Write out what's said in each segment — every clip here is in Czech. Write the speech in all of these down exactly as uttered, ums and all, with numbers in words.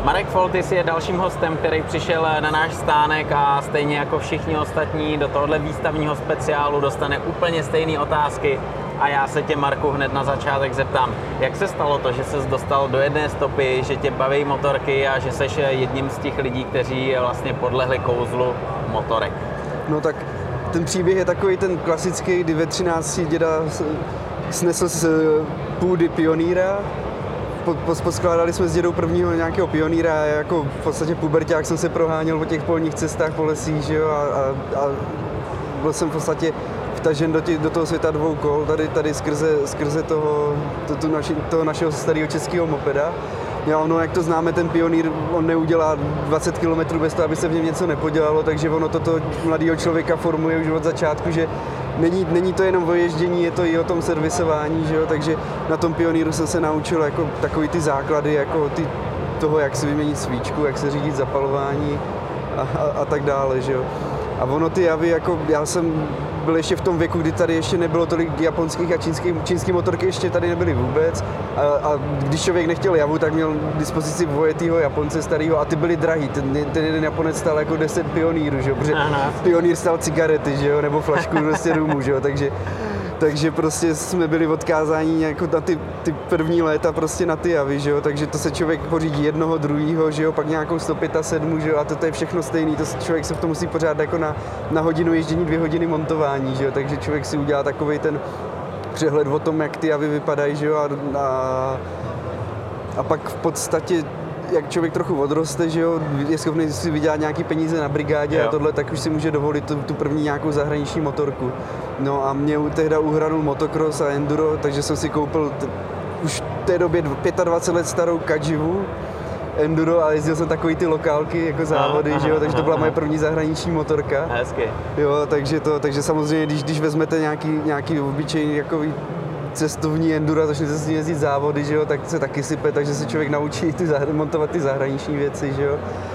Marek Foltys je dalším hostem, který přišel na náš stánek a stejně jako všichni ostatní do tohohle výstavního speciálu dostane úplně stejné otázky. A já se tě, Marku, hned na začátek zeptám, jak se stalo to, že ses dostal do jedné stopy, že tě baví motorky a že seš jedním z těch lidí, kteří vlastně podlehli kouzlu motorek? No tak ten příběh je takový ten klasický, kdy ve třinácti děda snesl z půdy pionýra. Poskládali jsme s dědou prvního nějakého pionýra a jako v podstatě puberťák jsem se proháněl po těch polních cestách, po lesích, že jo, a, a, a byl jsem v podstatě vtažen do, těch, do toho světa dvou kol, tady, tady skrze, skrze toho, to, to naši, toho našeho starého českého mopeda. Já, ono, jak to známe, ten pionýr, on neudělá dvacet kilometrů bez toho, aby se v něm něco nepodělalo, takže ono toto mladého člověka formuje už od začátku, že není, není to jenom o ježdění, je to i o tom servisování, že jo? Takže na tom pionýru jsem se naučil jako takový ty základy, jako ty, toho, jak si vyměnit svíčku, jak se řídit zapalování a, a, a tak dále, že jo? A ono ty javy, jako já jsem byl ještě v tom věku, kdy tady ještě nebylo tolik japonských a čínských, čínský motorky ještě tady nebyly vůbec. A, a když člověk nechtěl javu, tak měl k dispozici vojetýho Japonce starýho a ty byly drahý. Ten, ten jeden Japonec stál jako deset pionýrů, že jo? Protože pionýr stál cigarety, že jo? Nebo flašku prostě rumu, že jo? Takže, takže prostě jsme byli odkázáni jako na ty, ty první léta prostě na ty javy, že jo? Takže to se člověk pořídí jednoho, druhýho, že jo? Pak nějakou sto sedm pět, že jo? A to, to je všechno stejný, to člověk se v tom musí pořád jako na, na hodinu ježdění, dvě hodiny montování, že jo? Takže člověk si udělá takovej ten přehled o tom, jak ty javy vypadají, že jo? A, a, a pak v podstatě jak člověk trochu odroste, že jo, je schopný si vydělat nějaký peníze na brigádě jo. A tohle, tak už si může dovolit tu, tu první nějakou zahraniční motorku. No a mě tehda uhranul motocross a enduro, takže jsem si koupil t- už v té době dvacet pět let starou Kajivu enduro a jezdil jsem takový ty lokálky jako závody, aha, že jo, takže aha, to byla aha. moje první zahraniční motorka. Hezky. Jo, takže to, takže samozřejmě, když, když vezmete nějaký, nějaký obyčejný jakový cestovní enduro, začnete si jezdit závody, že jo, tak se taky sype, takže se člověk naučí ty zahr- montovat ty zahraniční věci, že jo.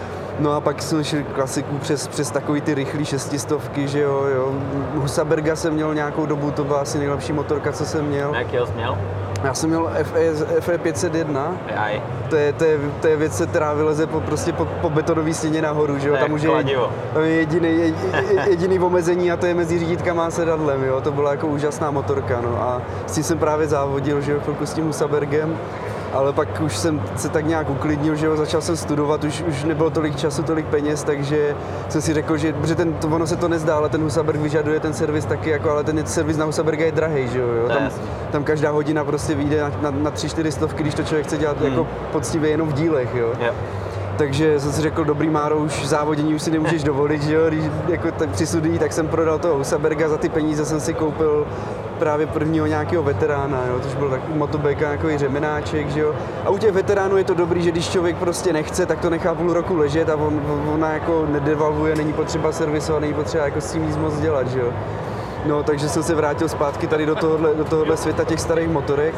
No a pak jsem šel klasiku přes, přes takový ty rychlý šestistovky, že jo, jo. Husaberga jsem měl nějakou dobu, to byla asi nejlepší motorka, co jsem měl. Jak jsi měl? Já jsem měl F E pět set jedna, to je, to, je, to je věc, která vyleze po, prostě po, po betonové stěně nahoru, že jo, tam už je, tam je jediný, jediný omezení a to je mezi řídítkama a sedadlem, jo, to byla jako úžasná motorka, no a s tím jsem právě závodil, že jo, chvilku s tím Husabergem, ale pak už jsem se tak nějak uklidnil, že jo, začal jsem studovat, už, už nebylo tolik času, tolik peněz, takže jsem si řekl, že, protože ten, to, ono se to nezdá, ale ten Husaberg vyžaduje ten servis taky, jako, ale ten servis na Husaberga je drahej, že jo, tam, tam každá hodina prostě vyjde na, na, na tři, čtyři stovky, když to člověk chce dělat hmm. jako poctivě jenom v dílech, jo. Yeah. Takže jsem si řekl, dobrý Máro, už závodění už si nemůžeš dovolit, že jo, když jako tak při studií, tak jsem prodal toho Husaberga, za ty peníze jsem si koupil právě prvního nějakého veterána, jo, což byl takový motobajka, takový řemenáček, že jo. A u těch veteránů je to dobrý, že když člověk prostě nechce, tak to nechá půl roku ležet a on, ona jako nedevalvuje, není potřeba servisovat, není potřeba jako s tím nic moc dělat, že jo. No, takže jsem se vrátil zpátky tady do tohohle, do tohohle světa těch starých motorek.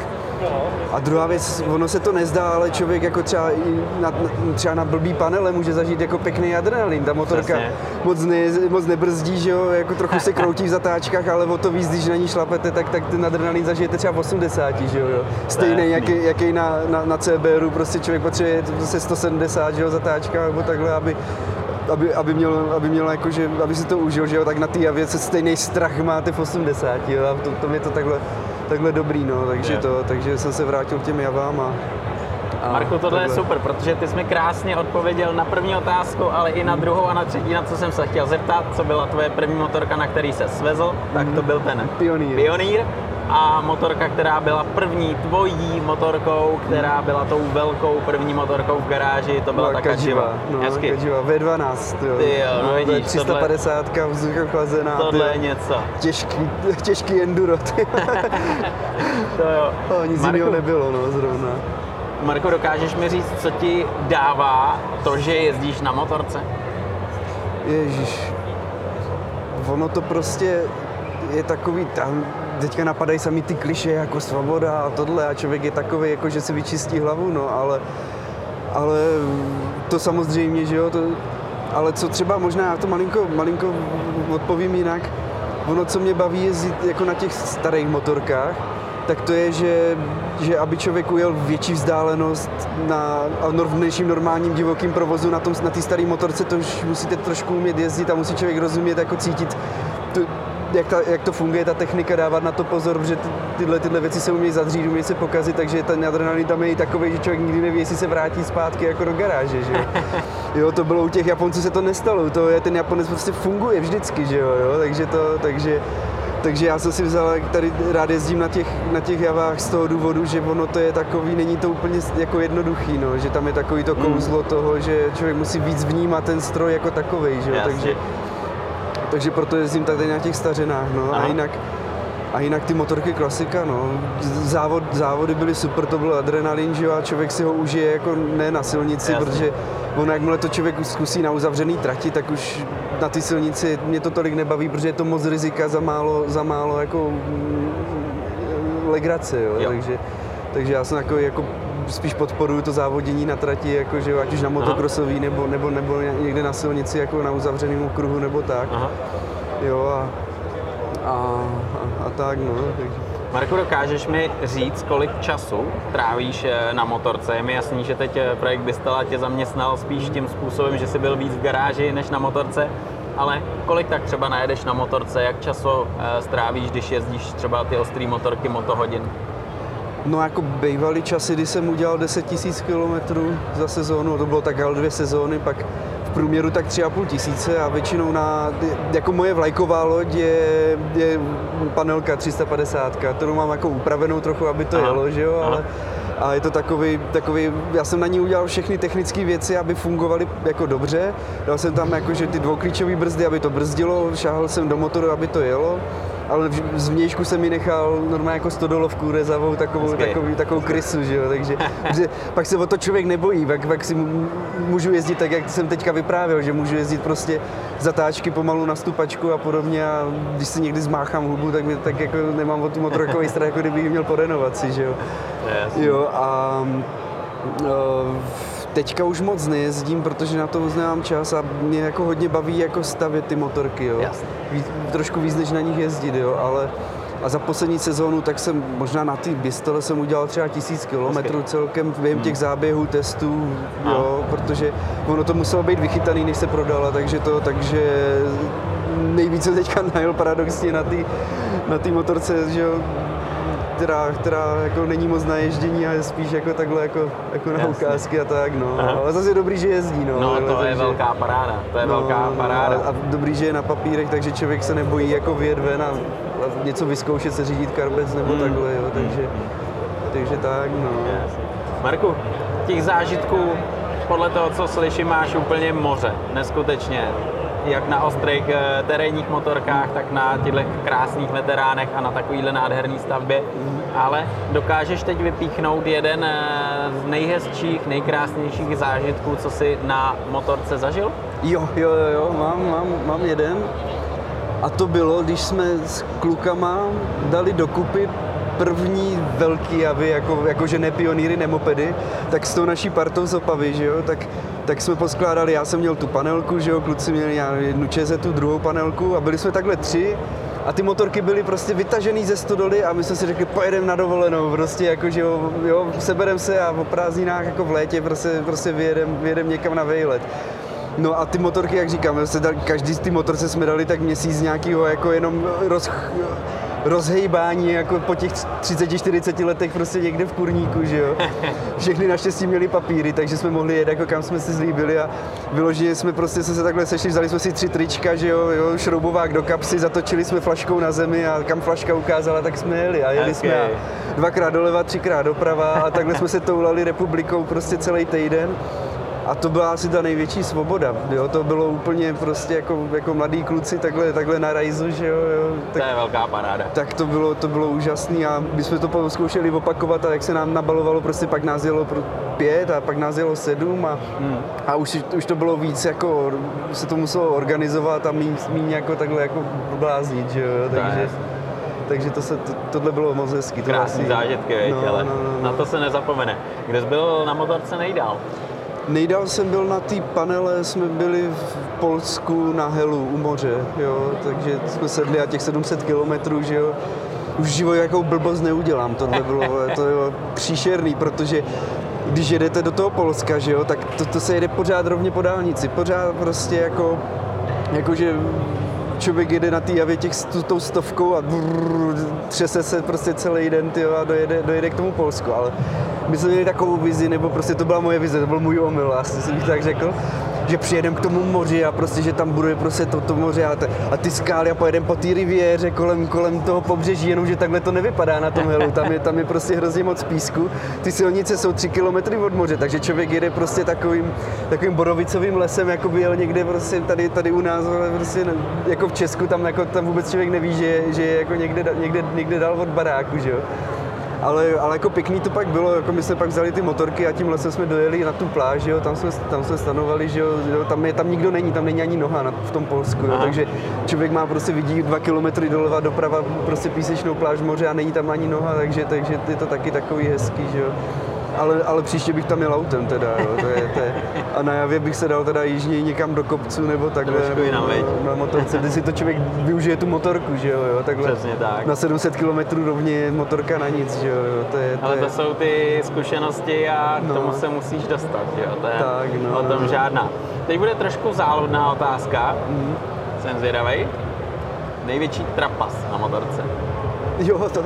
A druhá věc, ono se to nezdá, ale člověk jako třeba, i na, třeba na blbý panele může zažít jako pěkný adrenalin. Ta motorka moc, ne, moc nebrzdí, že jo, jako trochu se kroutí v zatáčkách, ale o to víc, když na ní šlapete, tak, tak ten adrenalin zažijete třeba v osmdesáti, že jo. Stejný, jaký, jaký na, na, na C B R u, prostě člověk potřebuje se sto sedmdesát, že jo, zatáčka, nebo takhle, aby Aby, aby měl, aby měl jako, že, aby si to užil, že jo, tak na té javě se stejný strach máte v osmdesáti, jo, a to, to je to takhle, takhle dobrý, no, takže to, takže jsem se vrátil k těm javám a, a Marku, tohle takhle. Je super, protože ty jsi mi krásně odpověděl na první otázku, ale i na druhou a na třetí, na co jsem se chtěl zeptat, co byla tvoje první motorka, na který se svezl, tak to byl ten Pionýr. Pionýr. A motorka, která byla první tvojí motorkou, která byla tou velkou první motorkou v garáži, to byla no, ta Kajiva. No, Kajiva V dvanáct, jo. Ty jo, no vidíš, tři sta padesát vzduchochlazená. Tohle je něco. Těžký, těžký enduro, ty. To jo. O, nic jiného nebylo, no, zrovna. Marko, dokážeš mi říct, co ti dává to, že jezdíš na motorce? Ježíš, ono to prostě je takový tam, teďka napadají sami ty klišé jako svoboda a tohle a člověk je takový, jako že si vyčistí hlavu, no, ale, ale to samozřejmě, že jo, to, ale co třeba možná, já to malinko, malinko odpovím jinak, ono, co mě baví jezdit jako na těch starých motorkách, tak to je, že, že aby člověk ujel větší vzdálenost na v dnešním normálním divokým provozu na té na staré motorce, to už musíte trošku umět jezdit a musí člověk rozumět, jako cítit, tu, jak, ta, jak to funguje, ta technika, dávat na to pozor, protože ty, tyhle, tyhle věci se umějí zadřít, umějí se pokazit, takže ten adrenalin tam je i takový, že člověk nikdy neví, jestli se vrátí zpátky jako do garáže, že jo. Jo, to bylo u těch Japonců, se to nestalo, to je, ten Japonec prostě funguje vždycky, že jo, jo? takže to, takže Takže já jsem si vzal, jak tady rád jezdím na těch, na těch javách z toho důvodu, že ono to je takový, není to úplně jako jednoduchý, no, že tam je takový to kouzlo mm. toho, že člověk musí víc vnímat ten stroj jako takovej, že jo, takže, takže proto jezdím tady na těch stařinách, no, a jinak, a jinak ty motorky klasika, no, Závod, závody byly super, to byl adrenalin, že jo, a člověk si ho užije jako ne na silnici, Jasně. protože ono, jakmile to člověk zkusí na uzavřený trati, tak už na ty silnici mě to tolik nebaví, protože je to moc rizika za málo, za málo jako legrace, jo? Jo. Takže, takže já jsem jako, jako spíš podporuju to závodění na trati, jako, že ať už na motokrosový nebo, nebo, nebo někde na silnici, jako na uzavřeném okruhu nebo tak. Aha. Jo, a, a, a, a tak, no. Takže. Marku, dokážeš mi říct, kolik času trávíš na motorce? Je mi jasný, že teď projekt Bystala tě zaměstnal spíš tím způsobem, že jsi byl víc v garáži než na motorce, ale kolik tak třeba najedeš na motorce? Jak času strávíš, když jezdíš třeba ty ostrý motorky motohodin? No jako bývaly časy, kdy jsem udělal deset tisíc kilometrů za sezónu, to bylo tak ale dvě sezóny, pak v průměru tak tři a půl tisíce a většinou na, jako moje vlajková loď je, je panelka tři sta padesát, kterou mám jako upravenou trochu, aby to Aha. jelo, že jo, ale a je to takový, takový, já jsem na ní udělal všechny technické věci, aby fungovaly jako dobře, dal jsem tam jakože ty dvouklíčové brzdy, aby to brzdilo, šáhl jsem do motoru, aby to jelo, ale zvnějšku jsem mi nechal normálně jako stodolovku rezavou, takovou, takovou, takovou krysu, že jo, takže pak se o to člověk nebojí, pak, pak si můžu jezdit tak, jak jsem teďka vyprávěl, že můžu jezdit prostě zatáčky pomalu na stupačku a podobně a když si někdy zmáchám hubu, tak, mě, tak jako nemám o tu motorkový strach, jako kdybych měl po renovaci, že jo. Yes. Jo a uh, teďka už moc nejezdím, protože na to moc nemám čas a mě jako hodně baví jako stavět ty motorky, jo. Ví, trošku víc, než na nich jezdit, jo, ale a za poslední sezónu tak jsem možná na té Bystole jsem udělal třeba tisíc kilometrů celkem během těch záběhů, testů, jo, protože ono to muselo být vychytaný, než se prodala, takže to, takže nejvíce teďka najel paradoxně na té na té motorce, že jo, která, která jako není moc na ježdění a je spíš jako takhle jako, jako na ukázky a tak, no. Aha. Ale zase je dobrý, že jezdí, no. No to takže, je velká paráda, to je no, velká paráda. A, a dobrý, že je na papírech, takže člověk se nebojí jako vyjet ven a, a něco vyzkoušet, se řídit karbec nebo hmm. takhle, jo, takže, takže tak, no. Yes. Marku, těch zážitků podle toho, co slyším, máš úplně moře, neskutečně. Jak na ostrých terénních motorkách, tak na těchto krásných veteránech a na takovýhle nádherný stavbě. Ale dokážeš teď vypíchnout jeden z nejhezčích, nejkrásnějších zážitků, co jsi na motorce zažil? Jo, jo, jo, mám, mám, mám jeden. A to bylo, když jsme s klukama dali dokupy první velký javy, jako, jakože ne pionýry, ne mopedy, tak s tou naší partou z Opavy, že jo, tak, tak jsme poskládali, já jsem měl tu panelku, že jo, kluci měli jednu čezetu, druhou panelku a byli jsme takhle tři a ty motorky byly prostě vytažený ze stodoly a my jsme si řekli, pojedeme na dovolenou, prostě jako, že jo, jo seberem se a o prázdninách jako v létě prostě, prostě vyjedem, vyjedem někam na vejlet. No a ty motorky, jak říkám, každý z ty motorce jsme dali tak měsíc nějakýho jako jenom roz, rozhejbání jako po těch třiceti čtyřiceti letech prostě někde v kurníku, že jo. Všechny naštěstí měli papíry, takže jsme mohli jet jako kam jsme si zlíbili a vyloženě jsme prostě se takhle sešli, vzali jsme si tři trička, že jo, jo, šroubovák do kapsy, zatočili jsme flaškou na zemi a kam flaška ukázala, tak jsme jeli a jeli okay. jsme a dvakrát doleva, třikrát doprava a takhle jsme se toulali republikou prostě celý týden. A to byla asi ta největší svoboda, jo, to bylo úplně prostě jako, jako mladí kluci takhle, takhle na rajzu, že jo, jo. Tak, to je velká paráda. Tak to bylo, to bylo úžasný a my jsme to zkoušeli opakovat a jak se nám nabalovalo, prostě pak nás jelo pět a pak nás jelo sedm a, hmm. a už, už to bylo víc jako, se to muselo organizovat a míň, míň jako takhle jako bláznit, že jo, takže... Takže to se, to, tohle bylo moc hezký. Krásný zážitky, veď, no, ale no, no, no. Na to se nezapomene. Kde jsi byl na motorce nejdál? Nejdál jsem byl na té panele, jsme byli v Polsku na Helu u moře, jo, takže jsme sedli a těch sedm set kilometrů, že jo. už život jakou blbost neudělám. Tohle bylo, to bylo příšerný, protože když jedete do toho Polska, že jo, tak to, to se jede pořád rovně po dálnici, pořád prostě jako, jakože člověk jede na té javě těch s tou stovkou a brrr, třese se prostě celý den, tyjo, a dojede, dojede k tomu Polsku, ale my jsme měli takovou vizi, nebo prostě to byla moje vize, to byl můj omyl, asi jsem tak řekl, že přijedeme k tomu moři a prostě, že tam bude prostě to, to moře a, te, a ty skály a pojedeme po té riviéře kolem, kolem toho pobřeží, jenomže takhle to nevypadá na tom helu, tam je, tam je prostě hrozně moc písku, ty silnice jsou tři kilometry od moře, takže člověk jede prostě takovým, takovým borovicovým lesem, jako by jel někde prostě tady, tady u nás, prostě jako v Česku, tam, jako, tam vůbec člověk neví, že, že je jako někde, někde, někde dál od baráku, že jo. Ale, ale jako pěkný to pak bylo, jako my jsme pak vzali ty motorky a tím lesem jsme dojeli na tu pláž, jo, tam jsme, tam jsme stanovali, že jo, tam, je, tam nikdo není, tam není ani noha na, v tom Polsku, jo, takže člověk má prostě vidí dva kilometry doleva doprava, prostě písečnou pláž moře a není tam ani noha, takže, takže je to taky takový hezký, že jo. Ale, ale příště bych tam jel autem teda, jo, to je, to je. A na javě bych se dal teda jižněji někam do kopců nebo takhle, nebo na motorce, kde si to člověk využije tu motorku, že jo, jo takhle. Přesně tak. Na sedm set kilometrů rovně motorka na nic, že jo, to je. To ale to je... jsou ty zkušenosti a k no. tomu se musíš dostat, že jo, to je tak, no, o tom no. žádná. Teď bude trošku záludná otázka, mm. jsem zvědavej. Největší trapas na motorce. Jo, to...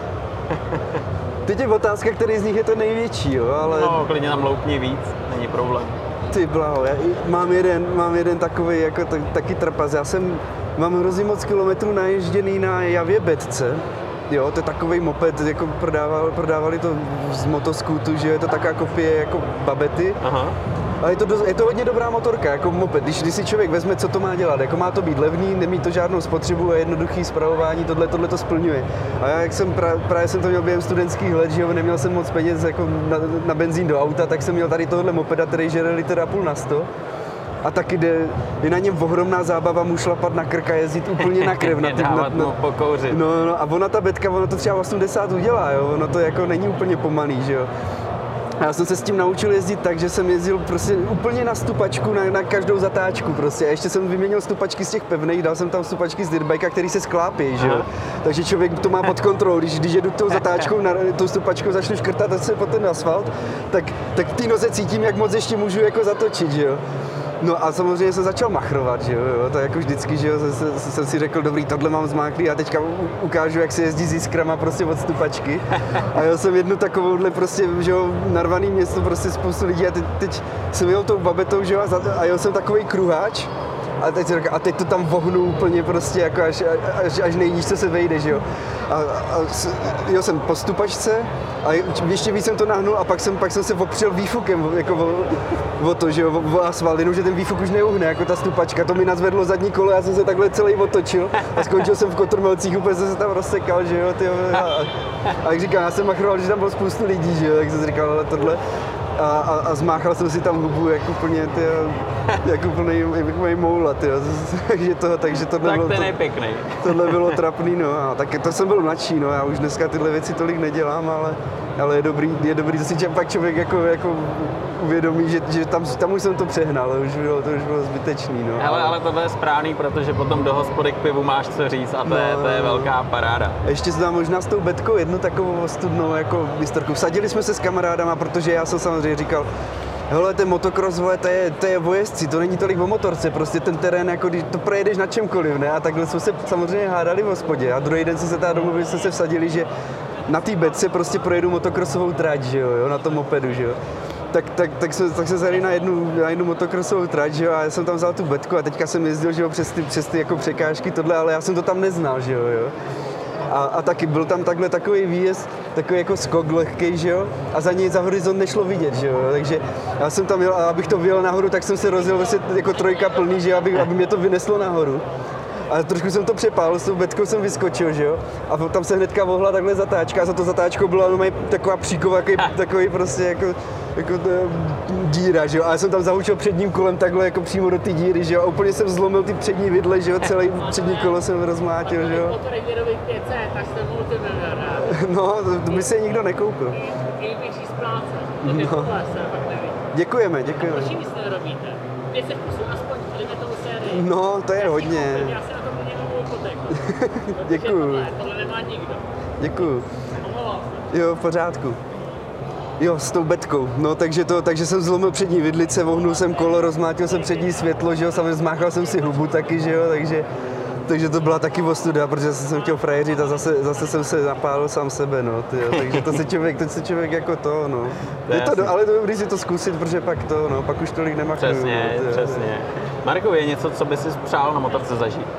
Teď je otázka, který z nich je to největší, jo, ale... No, klidně tam loupni víc, není problém. Ty bláho, já mám jeden, mám jeden takový jako t- taky trapas. Já jsem, mám hrozně moc kilometrů naježděný na Javě Betce. Jo, to je takový moped, jako prodávali, prodávali to z Motoskootu, že je to taková kopie jako Babety. Aha. Ale je to, dost, je to hodně dobrá motorka, jako moped, když, když si člověk vezme, co to má dělat, jako má to být levný, nemí to žádnou spotřebu a jednoduchý spravování, tohle, tohle to splňuje. A já, jak jsem pra, právě jsem to měl během studentských let, že jo, neměl jsem moc peněz jako na, na benzín do auta, tak jsem měl tady tohle mopeda, který žere litr a půl na sto. A taky jde, je na něm ohromná zábava mu šlapat na krk a jezdit úplně na krev. Na ty, dávat na, mu pokouřit. No, no, a ona ta betka, ono to třeba osmdesát udělá, jo, ono to jako není úplně pomalý, že jo. Já jsem se s tím naučil jezdit tak, že jsem jezdil prostě úplně na stupačku, na, na každou zatáčku prostě. A ještě jsem vyměnil stupačky z těch pevných, dal jsem tam stupačky z dirtbikea, který se sklápí, že jo. Takže člověk to má pod kontrolou, když, když jedu tou zatáčkou, na, tou stupačkou začnu škrtat se po ten asfalt, tak, tak v té noze cítím, jak moc ještě můžu jako zatočit, že jo. No a samozřejmě jsem začal machrovat, že jo, jo, to jako vždycky, že jo, jsem, jsem si řekl, dobrý, tohle mám zmáklý a teďka ukážu, jak se jezdí s jiskrama prostě od stupačky. A já jsem jednu takovouhle prostě, že jo, narvaný město, prostě spoustu lidí a teď, teď jsem jel tou babetou, že jo, a, a jel jsem takovej kruháč. A teď, a teď to tam vohnu úplně prostě jako až, až, až nejníž, co se vejde, že jo. A, a jel jsem po stupačce a ještě víc jsem to nahnul a pak jsem, pak jsem se opřel výfukem jako o, o to, že jo, o, o asfalt, jenomže ten výfuk už neuhne, jako ta stupačka. To mi nazvedlo zadní kolo, já jsem se takhle celý otočil a skončil jsem v Kotrmelcích, úplně jsem se tam rozsekal, že jo, tyjo. A, a jak říkám, já jsem machroval, že tam bylo spoustu lidí, že jo, tak jsem si říkal, ale tohle. A, a, a zmáchal jsem si tam hubu, jak úplně, tyjo, jak úplnej, jak moula, tyjo. takže, to, takže tohle tak bylo, ten to, je pěkný. tohle bylo trapný, no, a tak to jsem byl mladší, no, já už dneska tyhle věci tolik nedělám, ale, ale je dobrý, je dobrý, to si pak člověk jako, jako uvědomí, že, že tam, tam už jsem to přehnal, už bylo, to už bylo zbytečný, no. Hele, ale tohle je správný, protože potom do hospody k pivu máš co říct a to, no, je, to je velká paráda. Ještě znám možná s tou betkou jednu takovou ostudnou jako historku. Vsadili jsme se s kamarádama, protože já jsem samozřejmě říkal, hele, ten motocross, vole, to je, to je o jezdci, to není tolik o motorce, prostě ten terén, jako když to projedeš na čemkoliv, ne? A takhle jsme se samozřejmě hádali v hospodě a druhý den jsme se teda domluvili, jsme se vsadili, že na té betce prostě projedu motocrossovou trať, že jo, jo, na tom mopedu, že jo. Tak, tak, tak, jsme, tak se zali na jednu, na jednu motocrossovou trať, že jo, a já jsem tam vzal tu betku a teďka jsem jezdil, že jo, přes ty, přes ty jako překážky, tohle, ale já jsem to tam neznal, že jo, jo. A, a taky byl tam takhle takový výjezd, takový jako skok lehkej, že jo, a za něj za horizont nešlo vidět, že jo, takže já jsem tam jel a abych to vyjel nahoru, tak jsem se rozjel vlastně jako trojka plný, že jo, aby, aby mě to vyneslo nahoru. A trošku jsem to přepálil, s tou betkou jsem vyskočil, že jo, a tam se hnedka vohla takhle zatáčka a za to zatáčkou byla jenom taková příkova, takový, takový prostě jako, jako to, díra, že jo, a já jsem tam zahučil předním kolem takhle jako přímo do té díry, že jo, a úplně jsem zlomil ty přední vidle, že jo, celý přední kolo jsem rozmlátil, že jo. Motorek věrových pět set, tak jste multimilionář. No, to by se nikdo nekoupil. Největší spláce, to je tohle se fakt neví. Děkujeme, děkujeme. Proč nic nerobíte? pět set kusů, aspoň, dejme tomu sérii. No, to je hodně. Já si na to plně novou hypotéku. Děkuju, Tohle, tohle nemá nikdo. děkuju. Omlouvám se. Jo, v pořádku. Jo, s tou betkou. No, takže, to, takže jsem zlomil přední vidlice, vohnul jsem kolo, rozmlátil jsem přední světlo, že jo, samozřejmě zmáchal jsem si hubu taky, že jo, takže, takže to byla taky ostuda, protože jsem chtěl frajeřit a zase, zase jsem se napálil sám sebe, no, tyjo. Takže to se člověk, teď se člověk jako to, no. To je Je to, jasný. do, ale to je dobrý si to zkusit, protože pak to, no, pak už tolik nemachnuju. Přesně, no, tyjo. přesně. Marku, je něco, co by si přál na motorce zažít?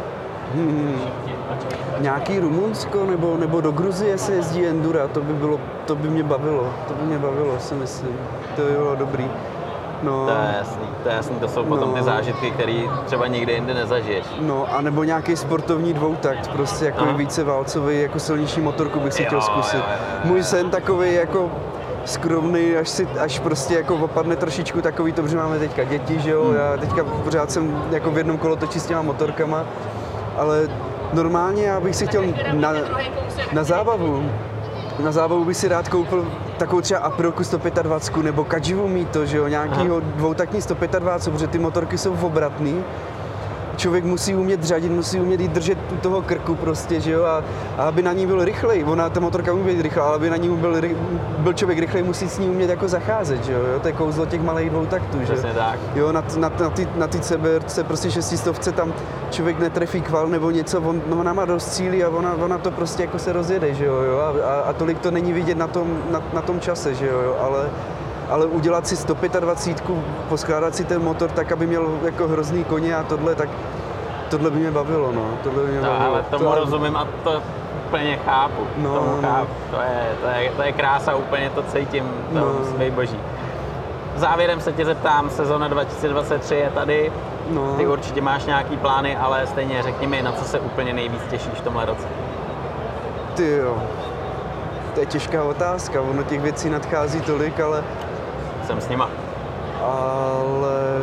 Nějaký Rumunsko nebo, nebo do Gruzie se jezdí endura, to by bylo, to by mě bavilo, to by mě bavilo, si myslím. To by bylo dobrý. No. To je jasný, to je jasný, to jsou potom No. ty zážitky, které třeba nikdy jinde nezažiješ. No, a nebo nějaký sportovní dvoutakt, prostě jako Aha. více válcový, jako silnější motorku bych si Jo, chtěl zkusit. jo, jo, jo. Můj sen takový jako skromný, až si, až prostě jako opadne trošičku takový, to, že máme teďka děti, že jo, Hmm. já teďka pořád jsem jako v jednom kolotoči s těma motorkama, ale normálně já bych si chtěl na, na zábavu, na zábavu bych si rád koupil takovou třeba Aprilku sto dvacet pět nebo Kajivu Mito, že jo, nějakýho dvoutaktní sto dvacet pět, protože ty motorky jsou obratný. Člověk musí umět řadit, musí umět jí držet u toho krku prostě, že jo, a, a aby na ní byl rychlej, ona, ta motorka umí být rychlá, ale aby na ní byl, ry- byl člověk rychlej, musí s ní umět jako zacházet, že jo, to je kouzlo těch malých dvoutaktů, že Přesně tak. jo, na, na, na, ty, na ty C B R C, prostě šestistovce tam člověk netrefí kval nebo něco, on, no, ona má dost cílí a ona, ona to prostě jako se rozjede, že jo, jo a, a, a tolik to není vidět na tom, na, na tom čase, že jo, jo, ale ale udělat si sto dvacet pět, poskládat si ten motor tak, aby měl jako hrozný koně a tohle, tak tohle by mě bavilo, no. Tohle by mě No, bavilo. ale tomu to, rozumím a to úplně chápu. No, tomu no. chápu. To, je, to, je, to je krása, úplně to cítím, to No. musí být boží. Závěrem se tě zeptám, sezona dva tisíce dvacet tři je tady, No. ty určitě máš nějaký plány, ale stejně řekni mi, na co se úplně nejvíc těšíš v tomhle roce. Ty jo. To je těžká otázka, ono těch věcí nadchází tolik, ale, Jsem s nima. ale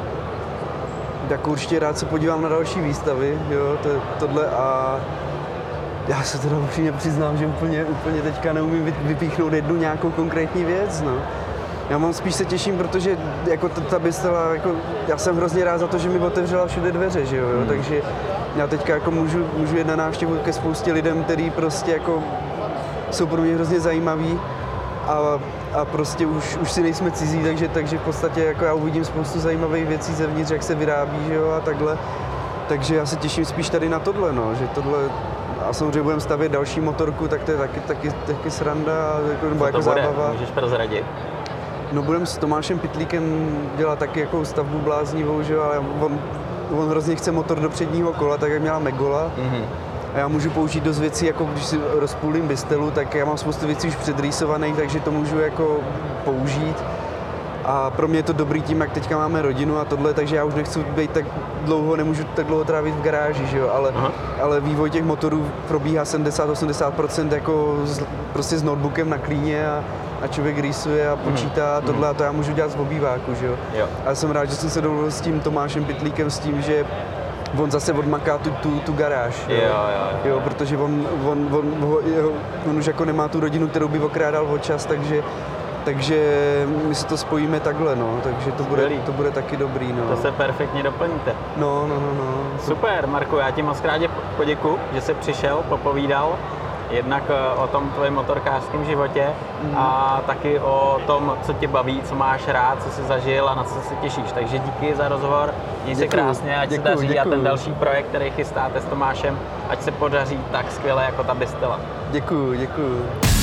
tak určitě rád se podívám na další výstavy, jo, to, tohle a já se teda upřímně přiznám, že úplně, úplně teďka neumím vy- vypíchnout jednu nějakou konkrétní věc, no. Já mám spíš se těším, protože jako ta, ta bystela, jako, já jsem hrozně rád za to, že mi otevřela všude dveře, že jo, jo? Takže já teďka jako můžu, můžu jít na návštěvu ke spoustě lidem, který prostě jako jsou pro mě hrozně zajímaví a, a prostě už, už si nejsme cizí, takže, takže v podstatě jako já uvidím spoustu zajímavých věcí zevnitř, jak se vyrábí, že jo, a takhle. Takže já se těším spíš tady na tohle, no, že tohle, a samozřejmě budeme stavět další motorku, tak to je taky, taky, taky sranda, jako, nebo Co jako to bude? zábava. Můžeš prozradit? No budeme s Tomášem Pytlíkem dělat taky jako stavbu bláznivou, že jo, ale on, on hrozně chce motor do předního kola, tak jak měla Megola. Mhm. A já můžu použít dost věcí, jako když si rozpůlím bystelu, tak já mám spoustu věcí už předrýsovaných, takže to můžu jako použít. A pro mě je to dobrý tím, jak teďka máme rodinu a tohle, takže já už nechci být tak dlouho, nemůžu tak dlouho trávit v garáži, že jo, ale, ale vývoj těch motorů probíhá sedmdesát až osmdesát procent jako z, prostě s notebookem na klíně a, a člověk rýsuje a počítá a tohle a to já můžu dělat z obýváku, že jo. Jo. A jsem rád, že jsem se domluvil s tím Tomášem Pytlíkem s tím, že on zase odmaká tu, tu, tu garáž. Jo, jo, jo. jo protože on, on, on, on, jeho, on už jako nemá tu rodinu, kterou by okrádal o čas, takže takže my si to spojíme takhle, no, takže to bude, Skvělý. to bude taky dobrý, no. To se perfektně doplníte. No, no, no, no. Super, Marku, já ti moc krát poděkuji, že jsi přišel, popovídal jednak eh, o tom tvém motorkářském životě Mhm. a taky o tom, co tě baví, co máš rád, co jsi zažil a na co se těšíš. Takže díky za rozhovor, měj se Děkuju, krásně, ať děkuju, se daří a ten děkuju. další projekt, který chystáte s Tomášem, ať se podaří tak skvěle jako ta bystela. Děkuju, děkuju.